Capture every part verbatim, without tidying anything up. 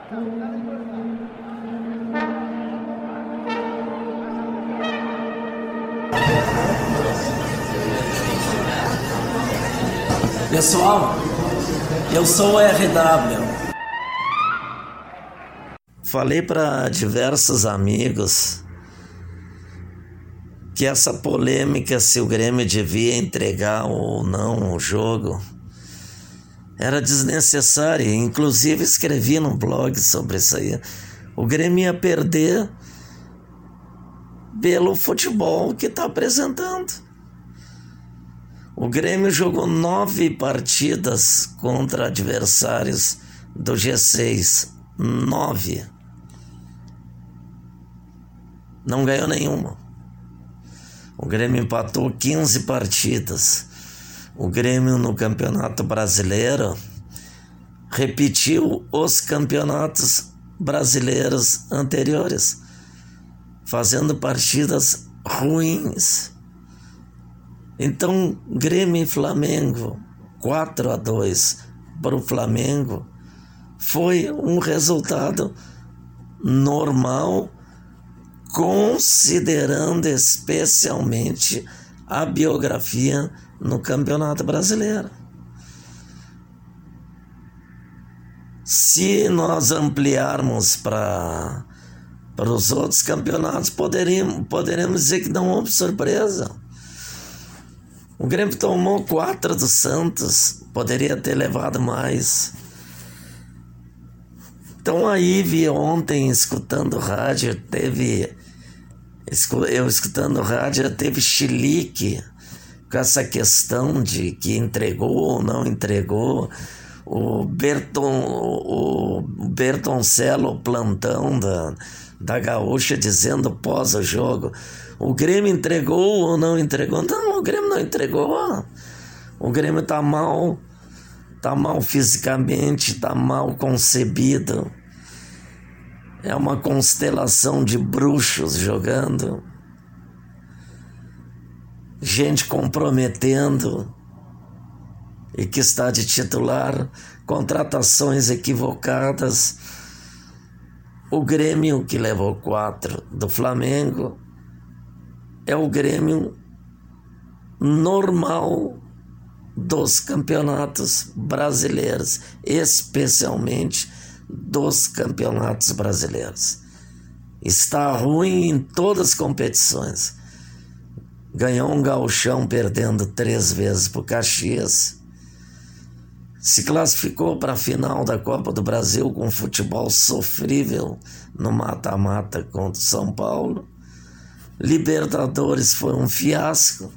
Pessoal, eu sou o R W. Falei para diversos amigos que essa polêmica se o Grêmio devia entregar ou não o jogo era desnecessária. Inclusive escrevi no blog sobre isso aí. O Grêmio ia perder pelo futebol que está apresentando. O Grêmio jogou nove partidas contra adversários do G seis. Nove. Não ganhou nenhuma. O Grêmio empatou quinze partidas. O Grêmio no Campeonato Brasileiro repetiu os campeonatos brasileiros anteriores, fazendo partidas ruins. Então, Grêmio e Flamengo, quatro a dois para o Flamengo, foi um resultado normal, considerando especialmente a biografia no Campeonato Brasileiro. Se nós ampliarmos para para os outros campeonatos, poderíamos, poderemos dizer que não houve surpresa. O Grêmio tomou quatro do Santos, poderia ter levado mais. Então aí vi ontem, escutando rádio, teve, eu escutando rádio, teve chilique com essa questão de que entregou ou não entregou. O Berton, o Bertoncello, plantão da, da Gaúcha, dizendo pós o jogo, o Grêmio entregou ou não entregou? Não, o Grêmio não entregou. O Grêmio tá mal, tá mal fisicamente, tá mal concebido. É uma constelação de bruxos jogando. Gente comprometendo e que está de titular, contratações equivocadas. O Grêmio que levou quatro do Flamengo é o Grêmio normal dos campeonatos brasileiros, especialmente dos campeonatos brasileiros. Está ruim em todas as competições. Ganhou um gauchão perdendo três vezes para o Caxias. Se classificou para a final da Copa do Brasil com futebol sofrível no mata-mata contra o São Paulo. Libertadores foi um fiasco.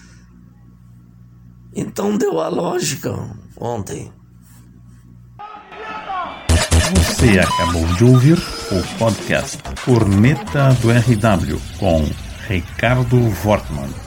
Então deu a lógica ontem. Você acabou de ouvir o podcast Corneta do R W com Ricardo Wortmann.